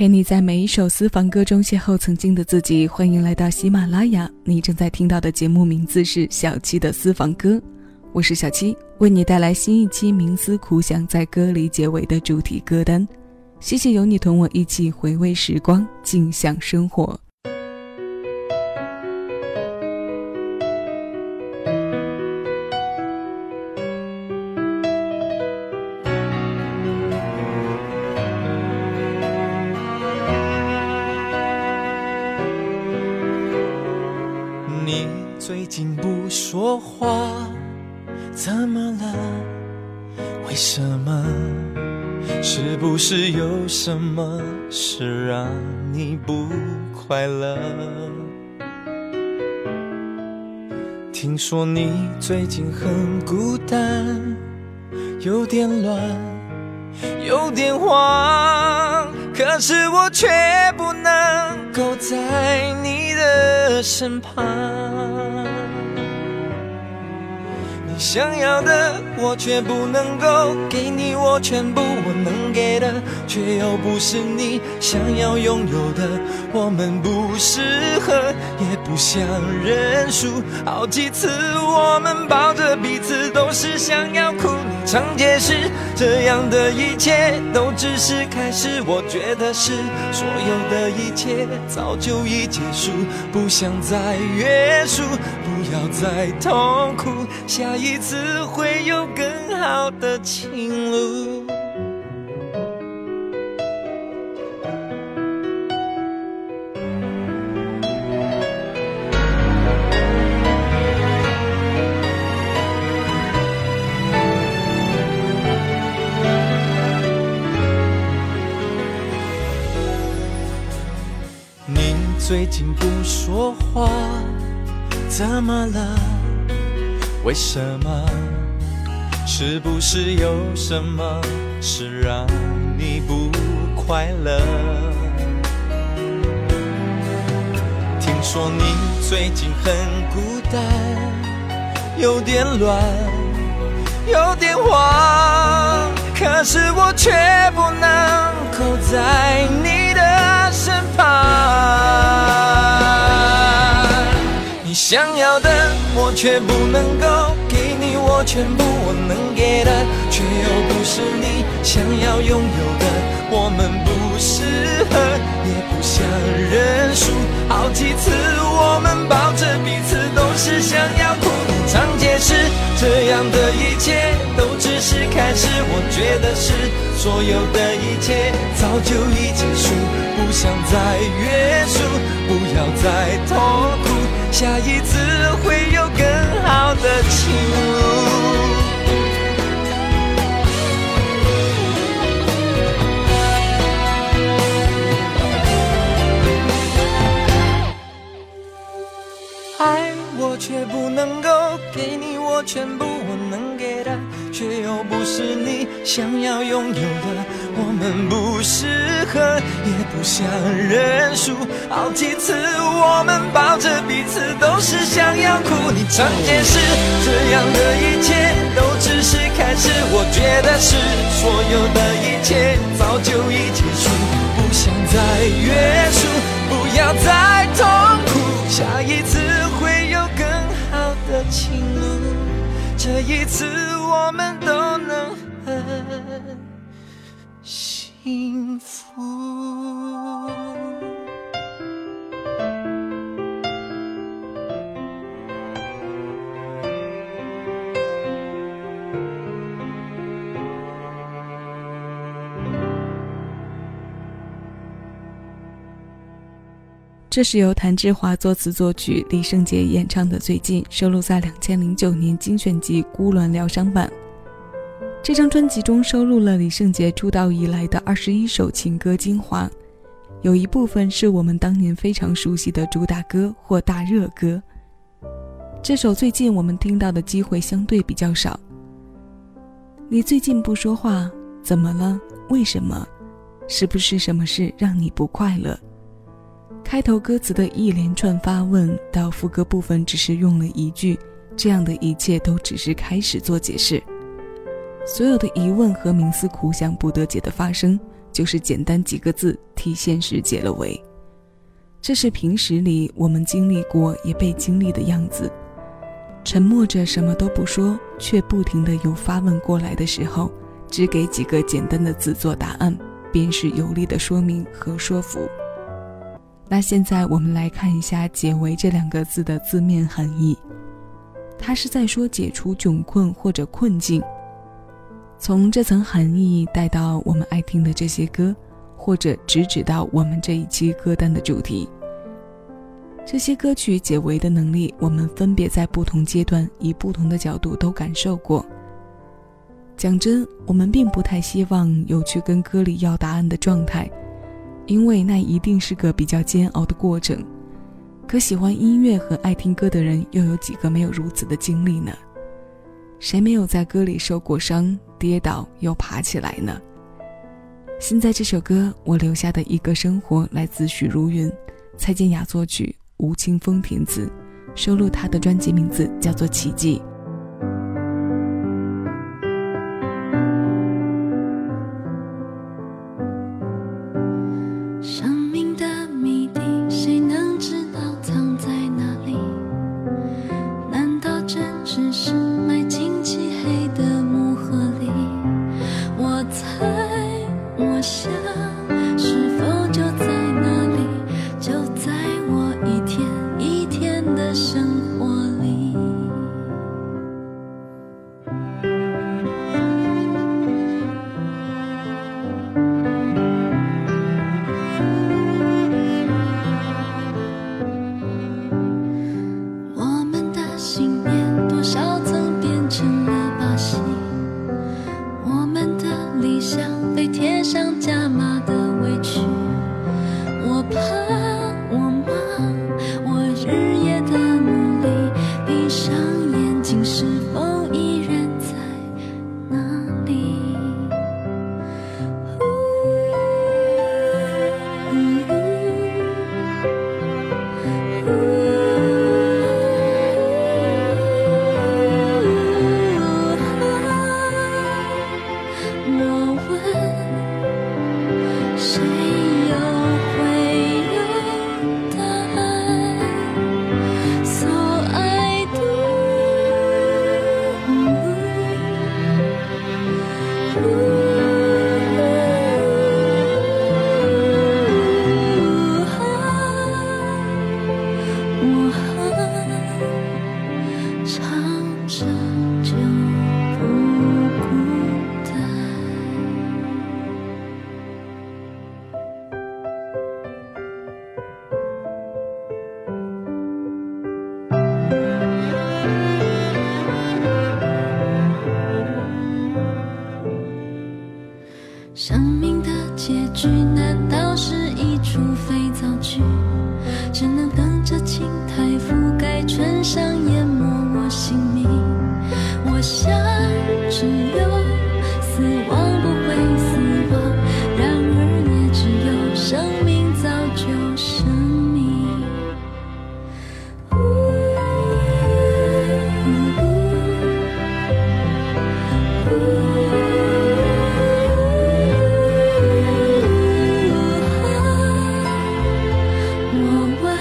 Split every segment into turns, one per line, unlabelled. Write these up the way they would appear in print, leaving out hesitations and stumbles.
陪你在每一首私房歌中邂逅曾经的自己。欢迎来到喜马拉雅，你正在听到的节目名字是小七的私房歌，我是小七，为你带来新一期冥思苦想在歌里结尾的主题歌单。谢谢有你同我一起回味时光，静享生活。
你最近不说话，怎么了？为什么？是不是有什么事让你不快乐？听说你最近很孤单，有点乱，有点慌，可是我却不能够在你的身旁。你想要的我却不能够给你，我全部我能给的却又不是你想要拥有的。我们不适合，也不想认输，好几次我们抱着彼此都是想要哭。你常解释这样的一切都只是开始，我觉得是所有的一切早就已结束，不想再约束，不要再痛苦，下一次会有更好的情路。你最近不说话，怎么了？为什么？是不是有什么事让你不快乐？听说你最近很孤单，有点乱，有点慌，可是我却不能够在你的身旁。你想要的我却不能够给你，我全部我能给的却又不是你想要拥有的。我们不适合，也不想认输，好几次我们抱着彼此都是想要哭。你常解释这样的一切都只是开始，我觉得是所有的一切早就已结束，不想再约束，不要再痛苦，下一次会有更好的情路。爱我却不能够给你，我全部我能给的却又不是你想要拥有的。我们不适合，也不想认输，好几次我们抱着彼此都是想要哭。你常解释这样的一切都只是开始，我觉得是所有的一切早就已结束，不想再约束，不要再痛苦，下一次会有更好的情路，这一次我们都能很幸福。
这是由谭志华作词作曲，李圣杰演唱的《最近》，收录在2009年精选集《孤鸾疗伤版》。这张专辑中收录了李圣杰出道以来的21首情歌精华，有一部分是我们当年非常熟悉的主打歌或大热歌。这首《最近》我们听到的机会相对比较少。你最近不说话，怎么了？为什么？是不是什么事让你不快乐？开头歌词的一连串发问，到副歌部分只是用了一句，这样的一切都只是开始做解释。所有的疑问和冥思苦想不得解的发生， 就是简单几个字替现实解了围。这是平时里我们经历过也被经历的样子，沉默着什么都不说，却不停地有发问过来的时候，只给几个简单的字做答案，便是有力的说明和说服。那现在我们来看一下解围这两个字的字面含义，它是在说解除窘困或者困境。从这层含义带到我们爱听的这些歌，或者直指到我们这一期歌单的主题。这些歌曲解围的能力，我们分别在不同阶段以不同的角度都感受过。讲真，我们并不太希望有去跟歌里要答案的状态，因为那一定是个比较煎熬的过程。可喜欢音乐和爱听歌的人，又有几个没有如此的经历呢？谁没有在歌里受过伤，跌倒又爬起来呢？现在这首歌《我留下的一个生活》来自许茹芸，蔡健雅作曲，吴青峰填词，收录她的专辑名字叫做《奇迹》。
生命的谜底，谁能知道藏在哪里？难道真只是埋进漆黑的木盒里？我猜，我想，是否就在那里，就在我一天一天的生活里。我们的信念多少曾变成了把戏，我们的理想被贴上价码的委屈。我怕，我忙，我日夜的努力，闭上眼睛是否依然在那里？我问，谁又会有答案？So I do。我唱着就不孤单。生命的结局难道是一出肥皂剧？只能等着青苔覆盖唇上，淹没我姓名。我想只有死亡不会死亡，然而也只有生命造就生命。我问，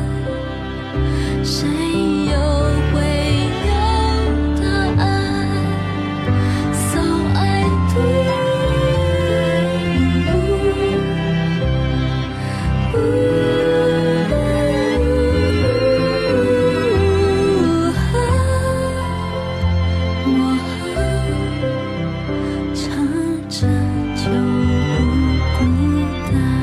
谁又会有答案？So I do。我唱着就不孤单。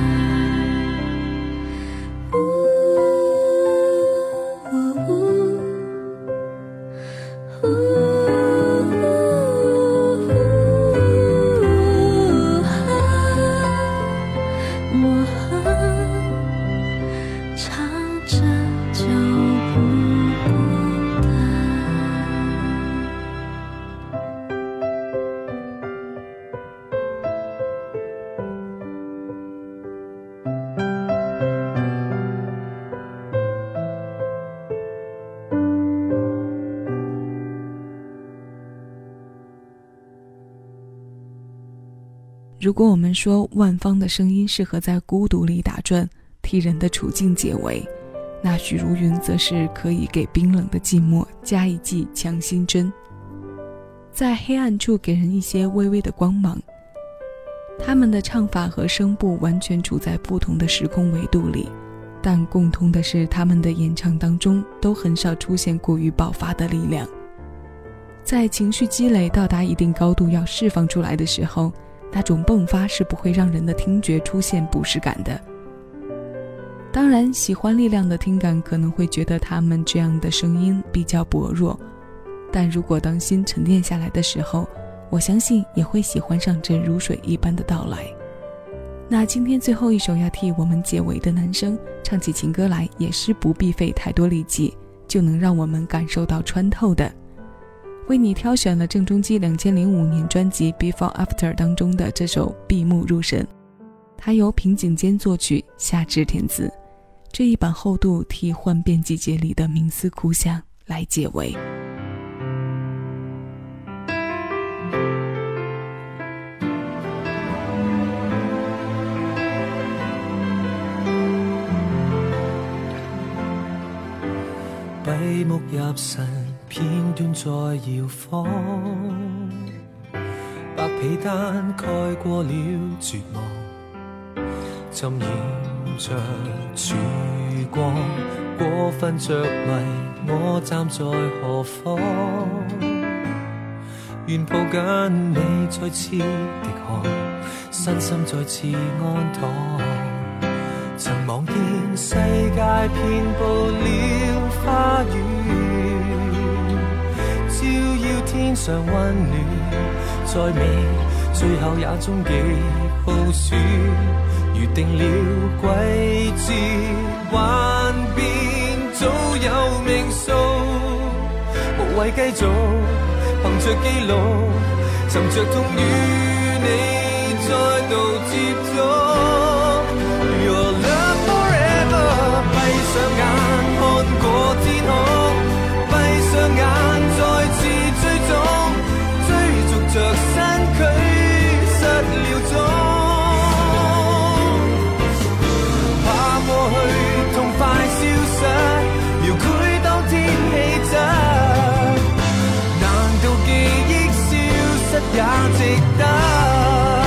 我唱着就不孤单。
如果我们说万芳的声音适合在孤独里打转，替人的处境解围，那许茹芸则是可以给冰冷的寂寞加一剂强心针，在黑暗处给人一些微微的光芒。他们的唱法和声部完全处在不同的时空维度里，但共通的是他们的演唱当中都很少出现过于爆发的力量。在情绪积累到达一定高度要释放出来的时候，那种迸发是不会让人的听觉出现不适感的。当然，喜欢力量的听感可能会觉得他们这样的声音比较薄弱，但如果当心沉淀下来的时候，我相信也会喜欢上这如水一般的到来。那今天最后一首要替我们解围的男生唱起情歌来，也是不必费太多力气就能让我们感受到穿透的。为你挑选了郑中基2005年专辑 Before After 当中的这首闭目入神，它由平井坚作曲，夏至填词，这一版厚度替幻变季节里的冥思苦想来解围。
闭目入神，片段在搖晃，白被單蓋過了絕望，浸染着曙光，過分着迷，我站在何方？願抱緊你再次滴汗，身心再次安躺。曾望見世界遍佈了花園，照耀天上溫暖，再美最後也終極耗損。預定了季節幻變，早有命數，無謂繼續憑着記錄，尋着痛與你再度接觸。閉上眼看過天空，閉上眼再次追蹤，追逐着身軀失了蹤，怕過去痛快消失，描繪當天氣質，難道記憶消失也值得？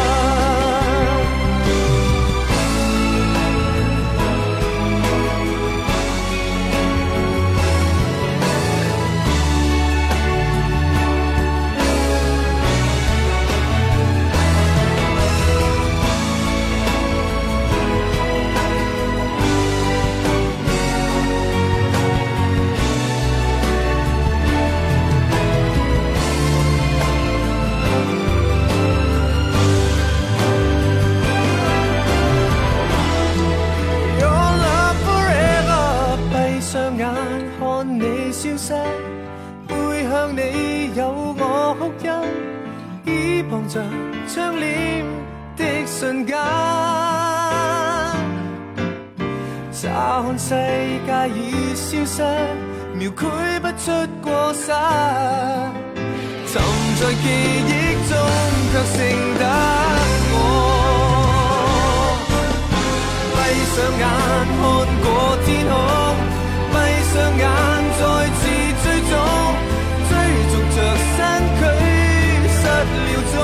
背向你有我哭泣，倚傍着窗簾的瞬間，乍看世界已消失，描繪不出過失，沉在記憶中卻剩得我。閉上眼看過天空，閉上眼再次追蹤，追逐着身軀失了蹤，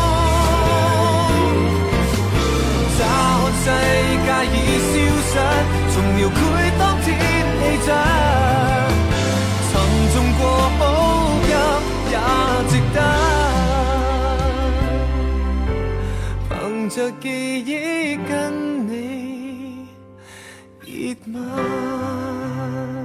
乍看世界已消失，重描繪當天氣質，沉重過好泣也值得，憑着記憶跟你熱吻。